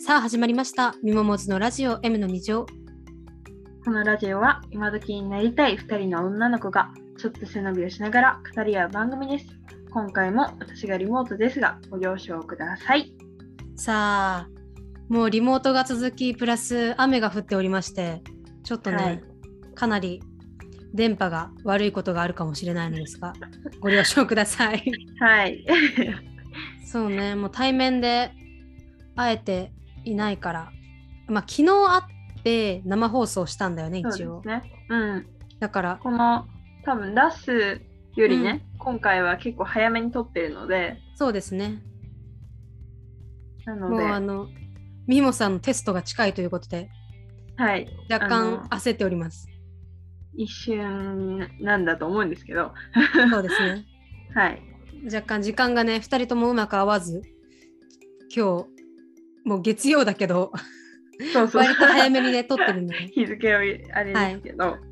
さあ始まりました。みももずのラジオ M の2乗。 このラジオは今時になりたい2人の女の子がちょっと背伸びをしながら語り合う番組です。今回も私がリモートですがご了承ください。 さあもうリモートが続きプラス雨が降っておりまして、ちょっとね、はい、かなり電波が悪いことがあるかもしれないのですがご了承ください。 はいそうね、もう対面で会えていないから、まあ昨日会って生放送したんだよね、一応。 そうですね。うん。 だからこの多分出すよりね、今回は結構早めに撮ってるので。 そうですね。 なのでもうみもさんのテストが近いということで、 はい、 若干焦っております。 一瞬なんだと思うんですけど。 そうですね。 はい。 若干時間がね、2人ともうまく合わず、今日もう月曜だけどそう割と早めにね撮ってるんで、ね、 日付をあれですけど、はい、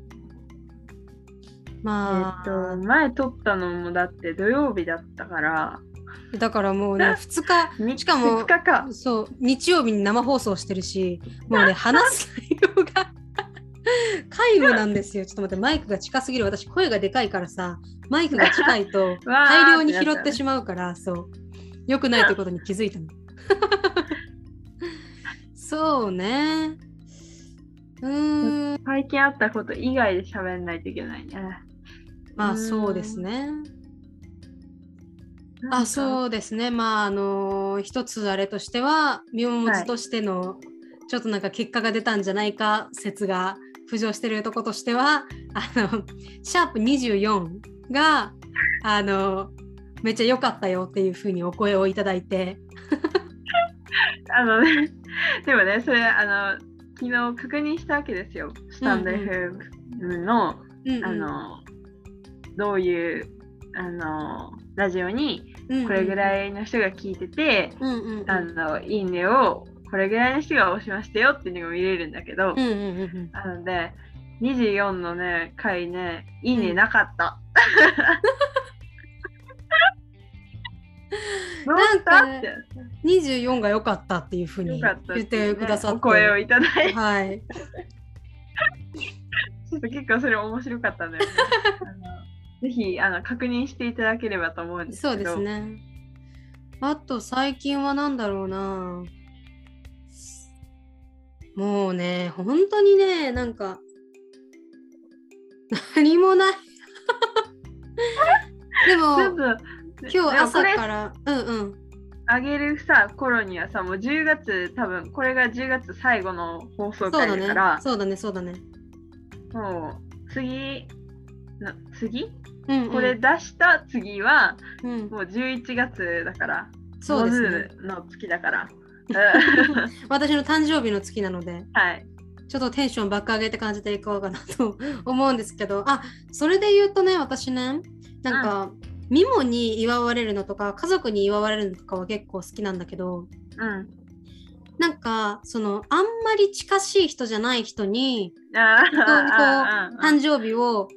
まあ前撮ったのもだって土曜日だったから、 だからもうね2日しかも 2日か、 そう日曜日に生放送してるし、もうね話す内容が皆無なんですよ。ちょっと待って、マイクが近すぎる。私声がでかいからさ、マイクが近いと大量に拾ってしまうからそう良くないということに気づいたの。そうね。 最近あったこと以外で喋んないといけないね。 まあそうですね。そうですね。まあ一つあれとしては、みももずとしての、ちょっとなんか結果が出たんじゃないか説が浮上してるとことしては、シャープ24がめっちゃ良かったよっていう風にお声をいただいて。 ね、でもね、それ昨日確認したわけですよ。スタンド FM の、どういうラジオにこれぐらいの人が聞いてて、いいねをこれぐらいの人が押しましたよっていうのが見れるんだけど、なので24のね回ね、いいねなかった。 なんか、ね、24が良かったっていうふうに言ってくださって、 お声をいただいて、 はい、 ちょっと結構それ面白かったんだよね。ぜひ確認していただければと思うんですけど。 そうですね。あと最近はなんだろうな、もうね本当にね、なんか何もない。でも今日朝からあげるさ頃にはさ、もう10月、多分これが10月最後の放送回だから、 そうだねもう次、これ出した次は、もう11月だから、 そうですね、 の月だから私の誕生日の月なので、 はい、 ちょっとテンション爆上げって感じでいこうかなと思うんですけど、それで言うとね、私ね、なんか、ミモに祝われるのとか家族に祝われるのとかは結構好きなんだけど、なんかあんまり近しい人じゃない人に誕生日を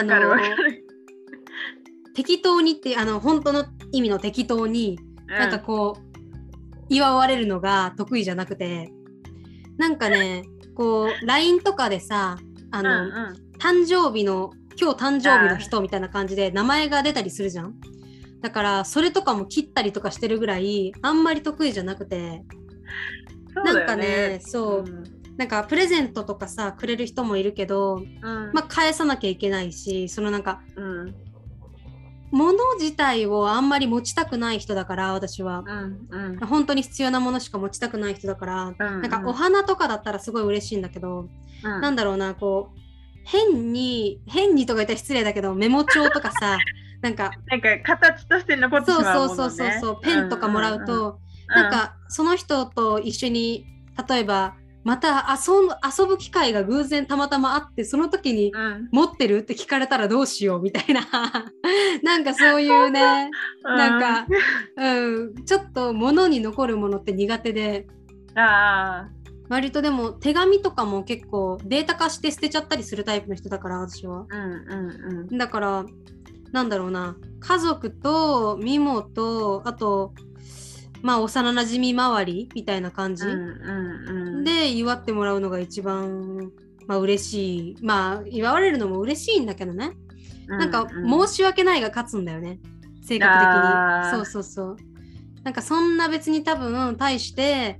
適当にって本当の意味の適当に、なんかこう祝われるのが得意じゃなくて、なんかねこう LINE とかでさ誕生日の今日誕生日の人みたいな感じで名前が出たりするじゃん。だからそれとかも切ったりとかしてるぐらいあんまり得意じゃなくて、なんかね、なんかプレゼントとかさくれる人もいるけど、まあ返さなきゃいけないし、なんか、物自体をあんまり持ちたくない人だから、私は、本当に必要なものしか持ちたくない人だから、なんかお花とかだったらすごい嬉しいんだけど、なんだろうな、こう変にとか言ったら失礼だけど、メモ帳とかさなんか形として残ってしまうものね。 そうペンとかもらうと、なんかその人と一緒に例えばまた遊ぶ機会が偶然たまたまあって、その時に持ってるって聞かれたらどうしようみたいななんかそういうね、なんか、ちょっと物に残るものって苦手で、割とでも手紙とかも結構データ化して捨てちゃったりするタイプの人だから、私は。だからなんだろうな、家族とミモとあとまあ幼なじみ周りみたいな感じ、で祝ってもらうのが一番、まあ嬉しい。まあ祝われるのも嬉しいんだけどね、なんか申し訳ないが勝つんだよね、性格的に。そうそうそう。なんかそんな別に多分対して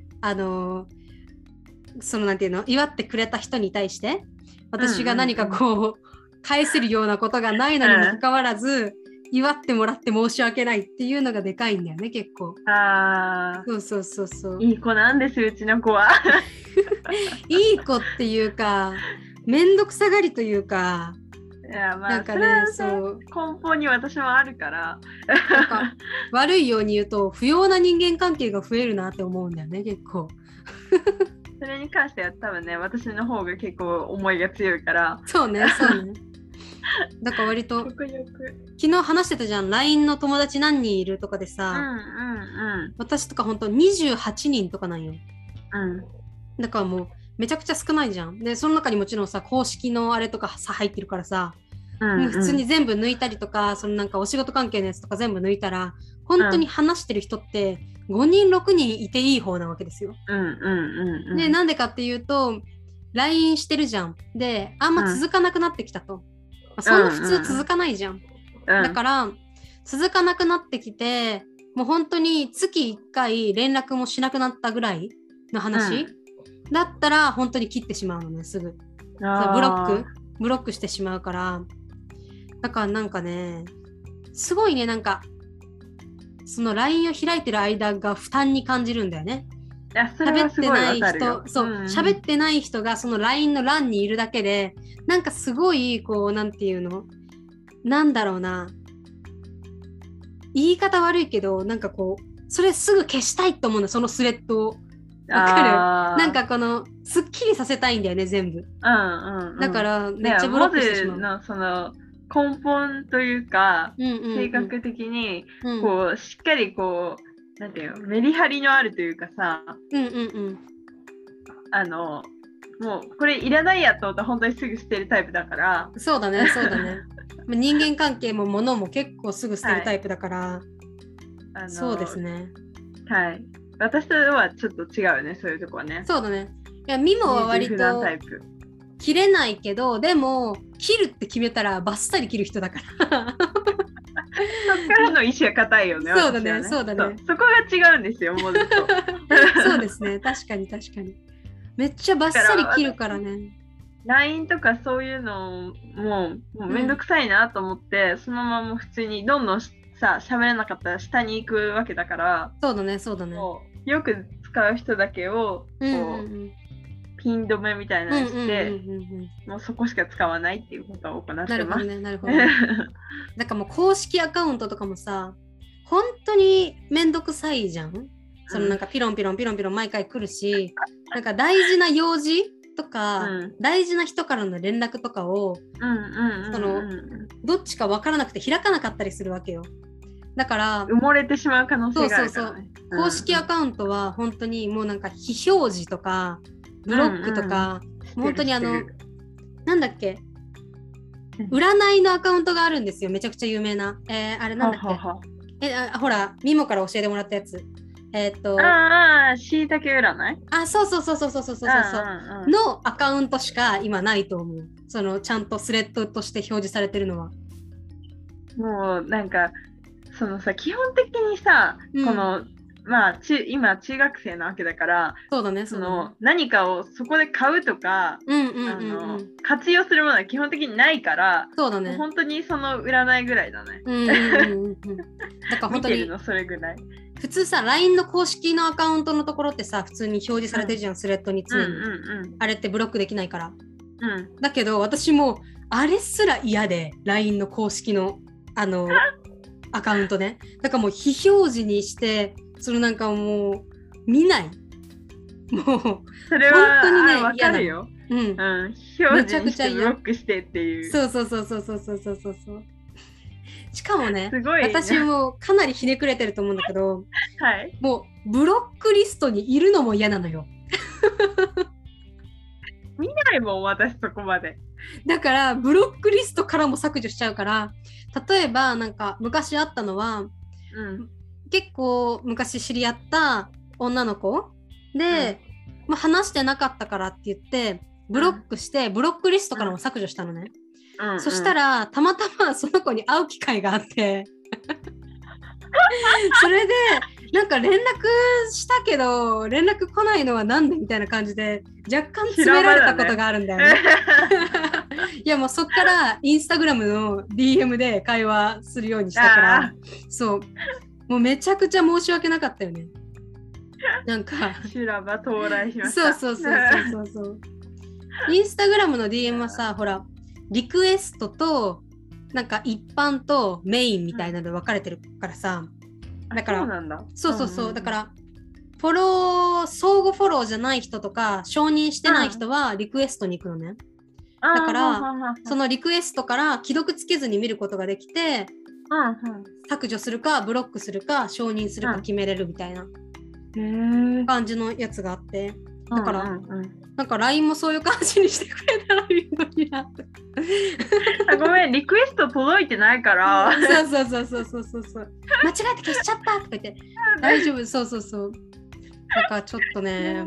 そのなんていうの、祝ってくれた人に対して私が何かこう返せるようなことがないのにもかかわらず、祝ってもらって申し訳ないっていうのがでかいんだよね、結構。そうそうそうそう。 いい子なんですうちの子は。 いい子っていうか、めんどくさがりというか。 いやまあなんかね、そう根本に私もあるから。 なんか悪いように言うと不要な人間関係が増えるなって思うんだよね、結構。 それに関しては多分ね、私の方が結構思いが強いから。 そうね、そうね。だから割と昨日話してたじゃん、 LINE の友達何人いるとかでさ、私とか本当28人とかなんよ、だからもうめちゃくちゃ少ないじゃん。でその中にもちろんさ公式のあれとかさ入ってるからさ、もう普通に全部抜いたりとか、そのなんかお仕事関係のやつとか全部抜いたら本当に話してる人って5人6人いていい方なわけですよ。でなんでかっていうと LINE してるじゃん。であんま続かなくなってきたと、そんな普通続かないじゃん、だから続かなくなってきて、もう本当に月1回連絡もしなくなったぐらいの話、だったら本当に切ってしまうのね、すぐ。ブロックしてしまうから。だからなんかね、すごいね、なんかその LINE を開いてる間が負担に感じるんだよね。喋ってない人、そう、喋ってない人がその LINE の欄にいるだけで、なんかすごいこう、なんていうの、なんだろうな、言い方悪いけど、なんかこうそれすぐ消したいと思うの、そのスレッドを。わかる？なんかこのすっきりさせたいんだよね、全部。だからめっちゃブロックしてしまう。 のその根本というか、性格的にこうしっかりこうなんていうの、メリハリのあるというかさ、もうこれいらないやと思ったら本当にすぐ捨てるタイプだから。 そうだね、そうだね。人間関係も物も結構すぐ捨てるタイプだから、そうですね。 はい。私とはちょっと違うね、そういうとこはね。 そうだね。いや、ミモは割と切れないけど、でも切るって決めたらバッサリ切る人だから。そっからの意志が固いよね。 そうだね、そうだね。 そこが違うんですよ、もうずっと。 そうですね、確かに確かに。めっちゃバッサリ切るからね。 LINE とかそういうのもうめんどくさいなと思って、そのまま普通にどんどんさ、喋れなかったら下に行くわけだから。 そうだね、そうだね。 よく使う人だけをこう、ピン止めみたいなのして、もうそこしか使わないっていうことを行ってます。 なるほどね、なるほどね。だからもう公式アカウントとかもさ、本当にめんどくさいじゃん。そのなんかピロンピロンピロンピロン毎回来るし、なんか大事な用事とか、大事な人からの連絡とかをどっちか分からなくて開かなかったりするわけよ。だから埋もれてしまう可能性があるからね。 公式アカウントは本当にもうなんか非表示とかブロックとか、本当になんだっけ、占いのアカウントがあるんですよ、めちゃくちゃ有名な。あれなんだっけ、ほらミモから教えてもらったやつ。 しいたけ占い。 そうのアカウントしか今ないと思う。そのちゃんとスレッドとして表示されてるのは。 もうなんかそのさ、基本的にさ、このまあ今中学生なわけだから、 そうだね、 その何かをそこで買うとか活用するものは基本的にないから、 そうだね、 本当にその占いぐらいだね。 だから本当に見てるのそれぐらい。 普通さ LINE の公式のアカウントのところってさ、普通に表示されてるじゃん、スレッドに常に、あれってブロックできないから、だけど私もあれすら嫌で LINE の公式のアカウントね。だからもう非表示にして、そのなんかもう見ない。もうそれは本当にね、 わかるよ。表示にしてブロックしてっていう。 そう。しかもね、私もかなりひねくれてると思うんだけど、もうブロックリストにいるのも嫌なのよ。 見ないもん、私そこまで。 だからブロックリストからも削除しちゃうから、例えばなんか昔あったのは、 結構昔知り合った女の子で、まあ、話してなかったからって言ってブロックして、ブロックリストからも削除したのね。そしたらたまたまその子に会う機会があってそれでなんか連絡したけど連絡来ないのはなんでみたいな感じで若干詰められたことがあるんだよね。いやもうそっからインスタグラムの DM で会話するようにしたから、そうもうめちゃくちゃ申し訳なかったよね。なんか修羅場到来しました。 そうインスタグラムの DM はさ、ほらリクエストとなんか一般とメインみたいなので分かれてるからさ、だからそうだからフォロー相互フォローじゃない人とか承認してない人はリクエストに行くのね。だからそのリクエストから既読つけずに見ることができて、削除するかブロックするか承認するか決めれるみたいな感じのやつがあって、だから、なんか LINE もそういう感じにしてくれたらいいのになってごめんリクエスト届いてないからそう間違えて消しちゃったとか言って大丈夫そうだからちょっとね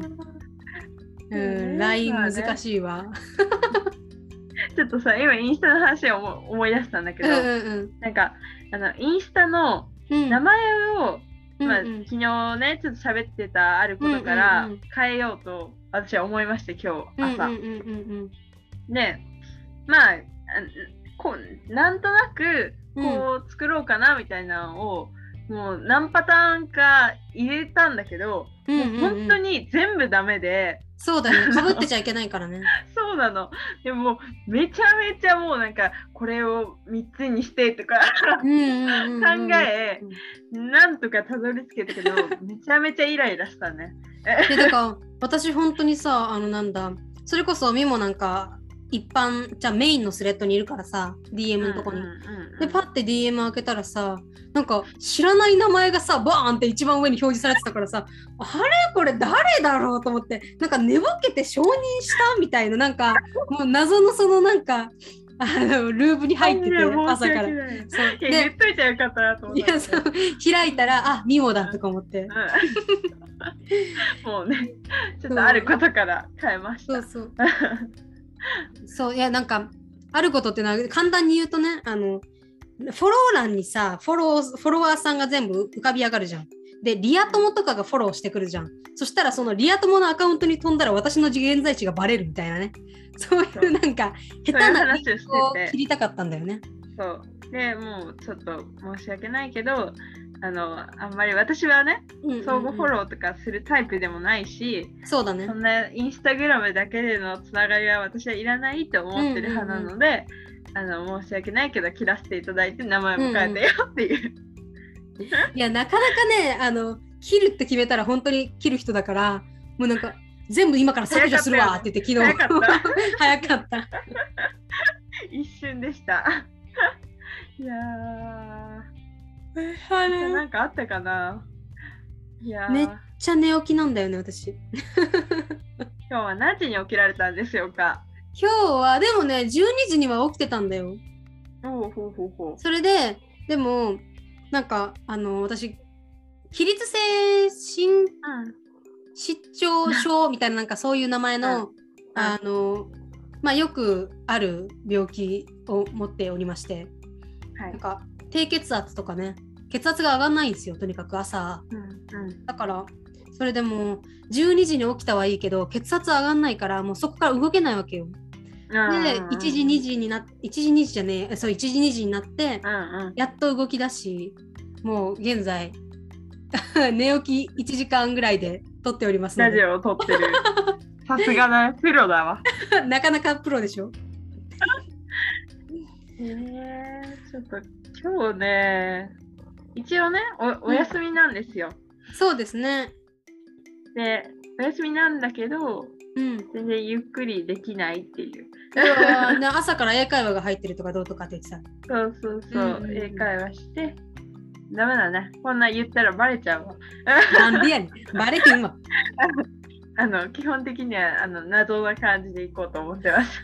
LINE 難しいわちょっとさ今インスタの話を思い出したんだけど、なんかインスタの名前を、まあ、昨日ねちょっと喋ってたあることから変えようと私は思いまして今日朝。でまあなんとなくこう作ろうかなみたいなのを、もう何パターンか入れたんだけど、もう本当に全部ダメで。 そうだね、かぶってちゃいけないからねそうなの。でもめちゃめちゃもうなんかこれを3つにしてとか考えなんとかたどり着けたけどめちゃめちゃイライラしたね。 でだから私本当にさなんだそれこそミモなんか一般じゃあメインのスレッドにいるからさ DM のとこに、でパッて DM 開けたらさなんか知らない名前がさバーンって一番上に表示されてたからさあれこれ誰だろうと思ってなんか寝ぼけて承認したみたいななんかもう謎のそのなんかループに入ってて朝からそうで言っといてよかったなと思って開いたらあミモだとか思ってもうねちょっとあることから変えました。 そういやなんかあることっていうのは簡単に言うとねフォロー欄にさフォロワーさんが全部浮かび上がるじゃん。でリア友とかがフォローしてくるじゃん。そしたらそのリア友のアカウントに飛んだら私の現在地がバレるみたいなね、そういうなんか下手なリンクを切りたかったんだよね。 そうでもうちょっと申し訳ないけどあんまり私はね、相互フォローとかするタイプでもないし、 そうだね、 そんなインスタグラムだけでのつながりは私はいらないと思ってる派なので、申し訳ないけど切らせていただいて名前も変えてよっていう、 いやなかなかね切るって決めたら本当に切る人だからもうなんか全部今から削除するわって言って昨日早かった一瞬でしたいやなんかあったかな。いやめっちゃ寝起きなんだよね私今日は何時に起きられたんでしょうか。 今日はでもね12時には起きてたんだよ。それででもなんか私起立性失調症みたいななんかそういう名前の、まあよくある病気を持っておりまして、なんか低血圧とかね血圧が上がんないんですよとにかく朝、だからそれでも12時に起きたはいいけど血圧上がんないからもうそこから動けないわけよ。で1時2時になって1時2時じゃねえそう1時2時になって、やっと動き出しもう現在寝起き1時間ぐらいで撮っておりますので。 ラジオを撮ってるさすがだプロだわなかなかプロでしょちょっと今日ね一応ね お休みなんですよ、 そうですね。 でお休みなんだけど、全然ゆっくりできないっていう朝から英会話が入ってるとかどうとかって言ってさそう英会話してダメだねこんな言ったらバレちゃうわなんでやねんバレてんわ基本的には謎な感じでいこうと思ってます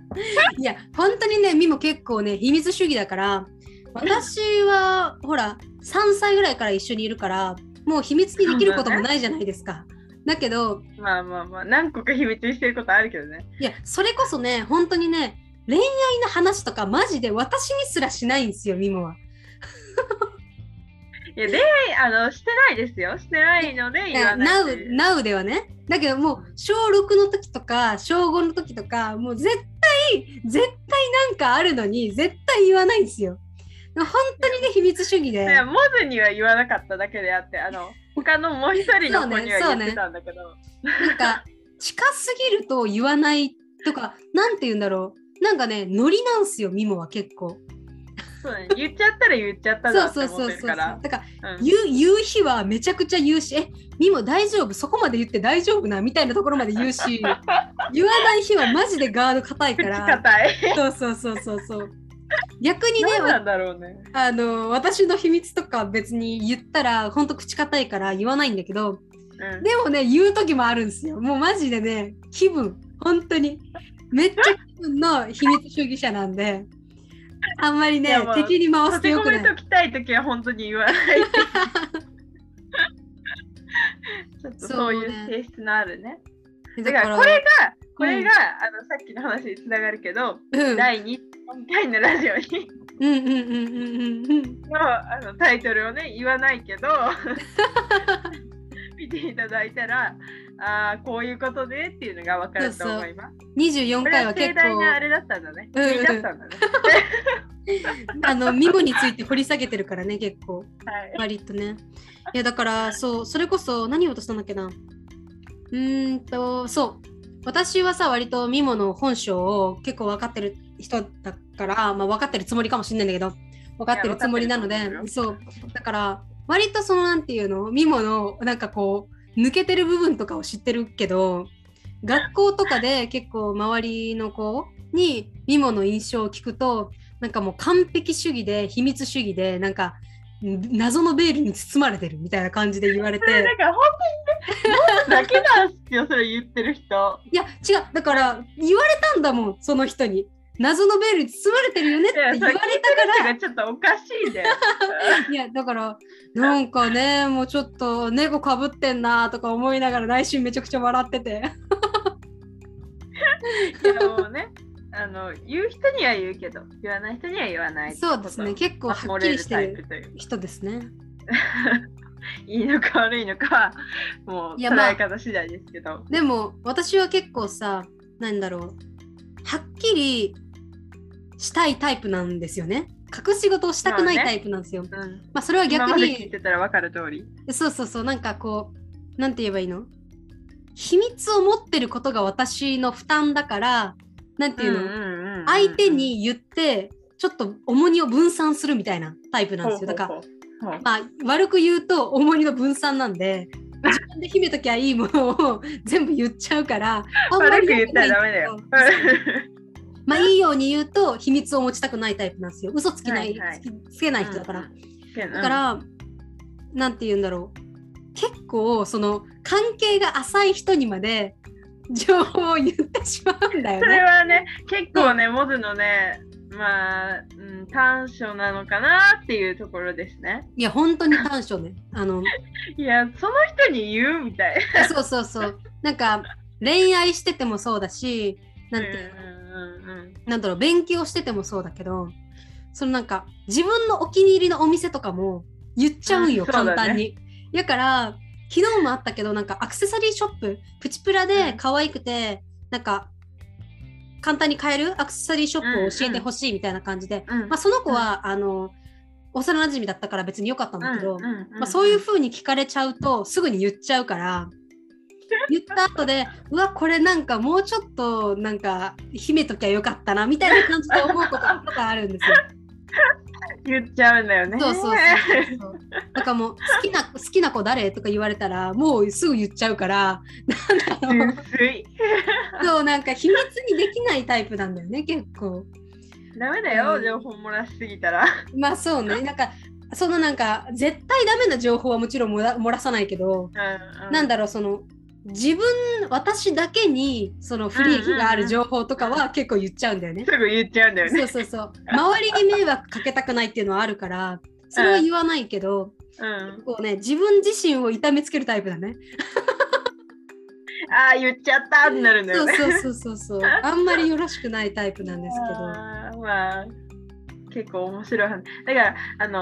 いや本当にねミも結構ね秘密主義だから私はほら 3歳ぐらいから一緒にいるからもう秘密にできることもないじゃないですか。だけどまあ何個か秘密にしてることあるけどね。 いやそれこそね本当にね恋愛の話とかマジで私にすらしないんですよミモは。 いや恋愛してないですよ。してないので言わない。 ナウではね。だけどもう小6の時とか小5の時とかもう絶対なんかあるのに絶対言わないんですよ。本当にね秘密主義で。 いやモズには言わなかっただけであって他のもう一人の子には言ってたんだけど、 なんか近すぎると言わないとかなんて言うんだろうなんかねノリなんすよミモは結構。 そうね、言っちゃったら言っちゃっただって思ってるから。 だから、言う日はめちゃくちゃ言うしミモ大丈夫そこまで言って大丈夫なみたいなところまで言うし言わない日はマジでガード硬いから硬いそう逆にねなんだろうね私の秘密とか別に言ったらほんと口硬いから言わないんだけど、でもね言う時もあるんですよ。もうマジでね気分本当にめっちゃ気分の秘密主義者なんであんまりね敵に回すとよくない。 立て込めときたい時は本当に言わないちょっとそういう性質のあるね。だからこれが、さっきの話につながるけど、第2回のラジオにのタイトルをね言わないけど見ていただいたらこういうことでっていうのが分かると思います。 24回は結構盛大なあれだったんだね。だったんだねミモについて掘り下げてるからね結構、割とね。いやだからそれこそ何を落としたんだっけな。そう私はさ割とミモの本性を結構分かってる人だから分かってるつもりかもしれないんだけど分かってるつもりなのでそうだから割となんていうのミモのなんかこう抜けてる部分とかを知ってるけど学校とかで結構周りの子にミモの印象を聞くとなんかもう完璧主義で秘密主義でなんか謎のベールに包まれてるみたいな感じで言われてなんか本当にねだけなんすよそれ言ってる人。 いや違うだから言われたんだもんその人に謎のベールに包まれてるよねって言われたからちょっとおかしいねいやだからなんかねもうちょっと猫かぶってんなとか思いながら内心めちゃくちゃ笑ってていやもうね言う人には言うけど言わない人には言わない。 そうですね結構はっきりしてる人ですねいいのか悪いのかもう捉え方次第ですけど、 でも私は結構さなんだろうはっきりしたいタイプなんですよね。隠し事をしたくないタイプなんですよ。それは逆に今まで聞いてたら分かる通りそうなんかこうなんて言えばいいの秘密を持ってることが私の負担だからなんていうの相手に言ってちょっと重荷を分散するみたいなタイプなんですよ。だから悪く言うと重荷の分散なんで自分で秘めときゃいいものを全部言っちゃうから悪く言ったらダメだよいいように言うと秘密を持ちたくないタイプなんですよ。嘘つけない人だから、だからなんて言うんだろう結構関係が浅い人にまで情報を言ってしまうんだよね。 それはね結構ねモズのね短所なのかなっていうところですね。 いや本当に短所ねいやその人に言うみたいなそうなんか恋愛しててもそうだしなんてなんだろう勉強しててもそうだけどなんか自分のお気に入りのお店とかも言っちゃうんよ、簡単に。だから昨日もあったけどなんかアクセサリーショッププチプラで可愛くて、なんか簡単に買えるアクセサリーショップを教えてほしいみたいな感じで、その子は、幼馴染だったから別に良かったんだけど、そういう風に聞かれちゃうとすぐに言っちゃうから言った後でうわこれなんかもうちょっとなんか秘めときゃよかったなみたいな感じで思うこととかあるんですよ。 言っちゃうんだよね。 そうだからもう好きな子誰とか言われたらもうすぐ言っちゃうからそうなんか秘密にできないタイプなんだよね結構。 ダメだよ、情報漏らしすぎたら。 そうねなんかなんか絶対ダメな情報はもちろん漏らさないけど、なんだろう私だけに不利益がある情報とかは結構言っちゃうんだよね。 すぐ言っちゃうんだよね。 そう周りに迷惑かけたくないっていうのはあるからそれは言わないけど、こうね、自分自身を痛めつけるタイプだね。 ああ、言っちゃったってなるんだよね。 そう。あんまりよろしくないタイプなんですけど。 まあ、結構面白い話。だから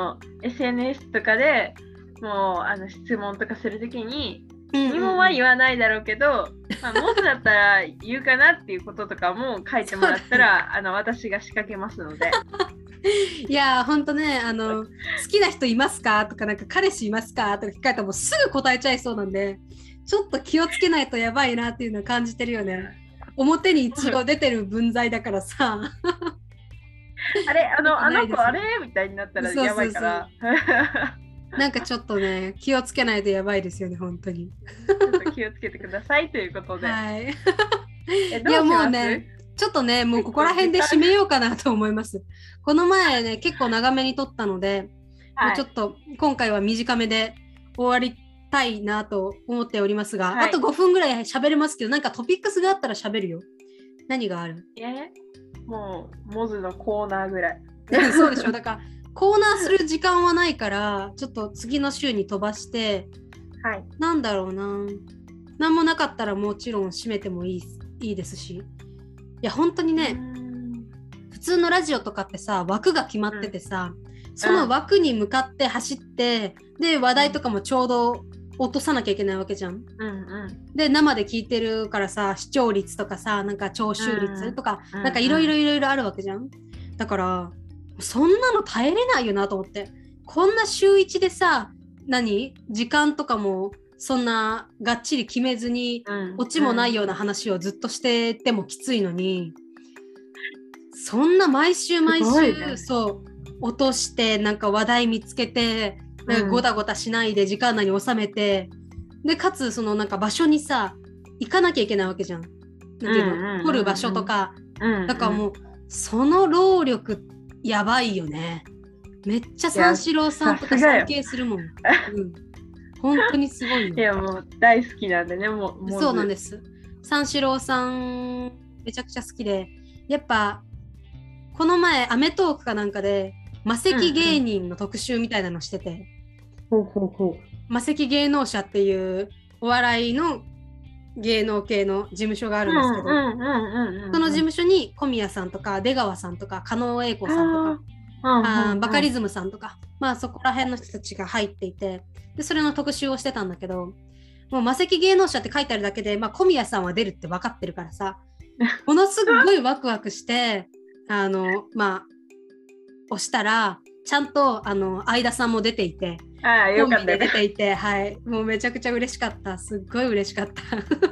、SNS とかでもう質問とかするときに、疑問は言わないだろうけど、もしだったら言うかなっていうこととかも書いてもらったら、私が仕掛けますので。 いやほんとね、好きな人いますかとか、なんか彼氏いますかとか聞かれたらもうすぐ答えちゃいそうなんで、ちょっと気をつけないとやばいなっていうのを感じてるよね。表に一応出てる分際だからさ。 あれ、あの子あれみたいになったらやばいから。 なんかちょっとね、気をつけないとやばいですよね、本当に。 ちょっと気をつけてくださいということで。 はい。いやもうね、ちょっとね、もうここら辺で締めようかなと思います。この前ね、結構長めに撮ったので、もうちょっと今回は短めで終わりたいなと思っておりますが、あと5分ぐらい喋れますけど、なんかトピックスがあったら喋るよ。何がある？ もうモズのコーナーぐらい。 そうでしょ。だからコーナーする時間はないから、ちょっと次の週に飛ばして、なんだろうな。何もなかったらもちろん締めてもいいですし。いや本当にね、普通のラジオとかってさ、枠が決まっててさ、その枠に向かって走って、で話題とかもちょうど落とさなきゃいけないわけじゃん。で生で聞いてるからさ、視聴率とかさ、なんか聴取率とか、なんかいろいろあるわけじゃん。だからそんなの耐えれないよなと思って。こんな週1でさ、時間とかもそんながっちり決めずに、オチもないような話をずっとしててもきついのに、そんな毎週、そう落として、なんか話題見つけて、なんかごたごたしないで時間内に収めて、でかつそのなんか場所にさ行かなきゃいけないわけじゃん。なんていうの、撮る場所とか、だからもうその労力やばいよね。めっちゃ三四郎さんとか尊敬するもん。本当にすごいよ。 いやもう大好きなんでね、もう。 そうなんです。三四郎さんめちゃくちゃ好きで、やっぱこの前アメトーークかなんかで魔石芸人の特集みたいなのしてて、魔石芸能者っていうお笑いの芸能系の事務所があるんですけど、その事務所に小宮さんとか出川さんとか狩野英孝さんとか、バカリズムさんとか、そこら辺の人たちが入っていて、でそれの特集をしてたんだけど、もう魔石芸能者って書いてあるだけで、小宮さんは出るって分かってるからさ、ものすごいワクワクして押したら、ちゃんと相田さんも出ていて、 コンビで出ていて、もうめちゃくちゃ嬉しかった。すっごい嬉しかった。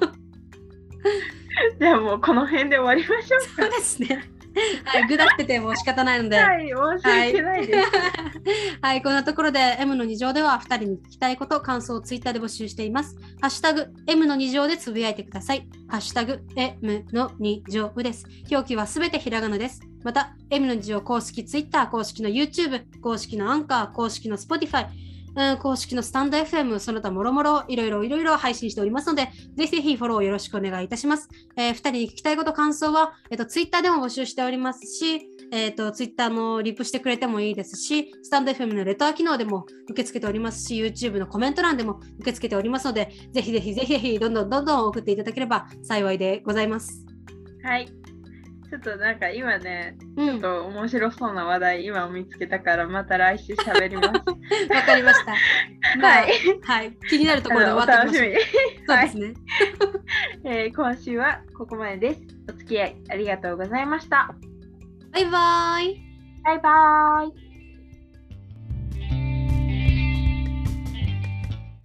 じゃあもうこの辺で終わりましょうか。 そうですね。ぐだってても仕方ないので、 申し訳ないです。 こんなところで M の2乗では2人に聞きたいこと、感想をツイッターで募集しています。ハッシュタグ M の2乗でつぶやいてください。ハッシュタグ M の2乗です。表記はすべてひらがなです。また M の2乗公式ツイッター、公式の YouTube、公式のアンカー、公式の Spotify、公式のスタンド FM、その他もろもろいろいろ配信しておりますので、ぜひぜひフォローよろしくお願いいたします。2人に聞きたいこと、感想は、ツイッターでも募集しておりますし、ツイッターのリプしてくれてもいいですし、スタンド FM のレター機能でも受け付けておりますし、YouTube のコメント欄でも受け付けておりますので、ぜひぜひどんどん送っていただければ幸いでございます。 はい。ちょっとなんか今ね、ちょっと面白そうな話題今見つけたから、また来週喋ります。わかりました。はい。気になるところで終わってきましょう。そうですね。今週はここまでです。お付き合いありがとうございました。 バイバーイ。 バイバーイ。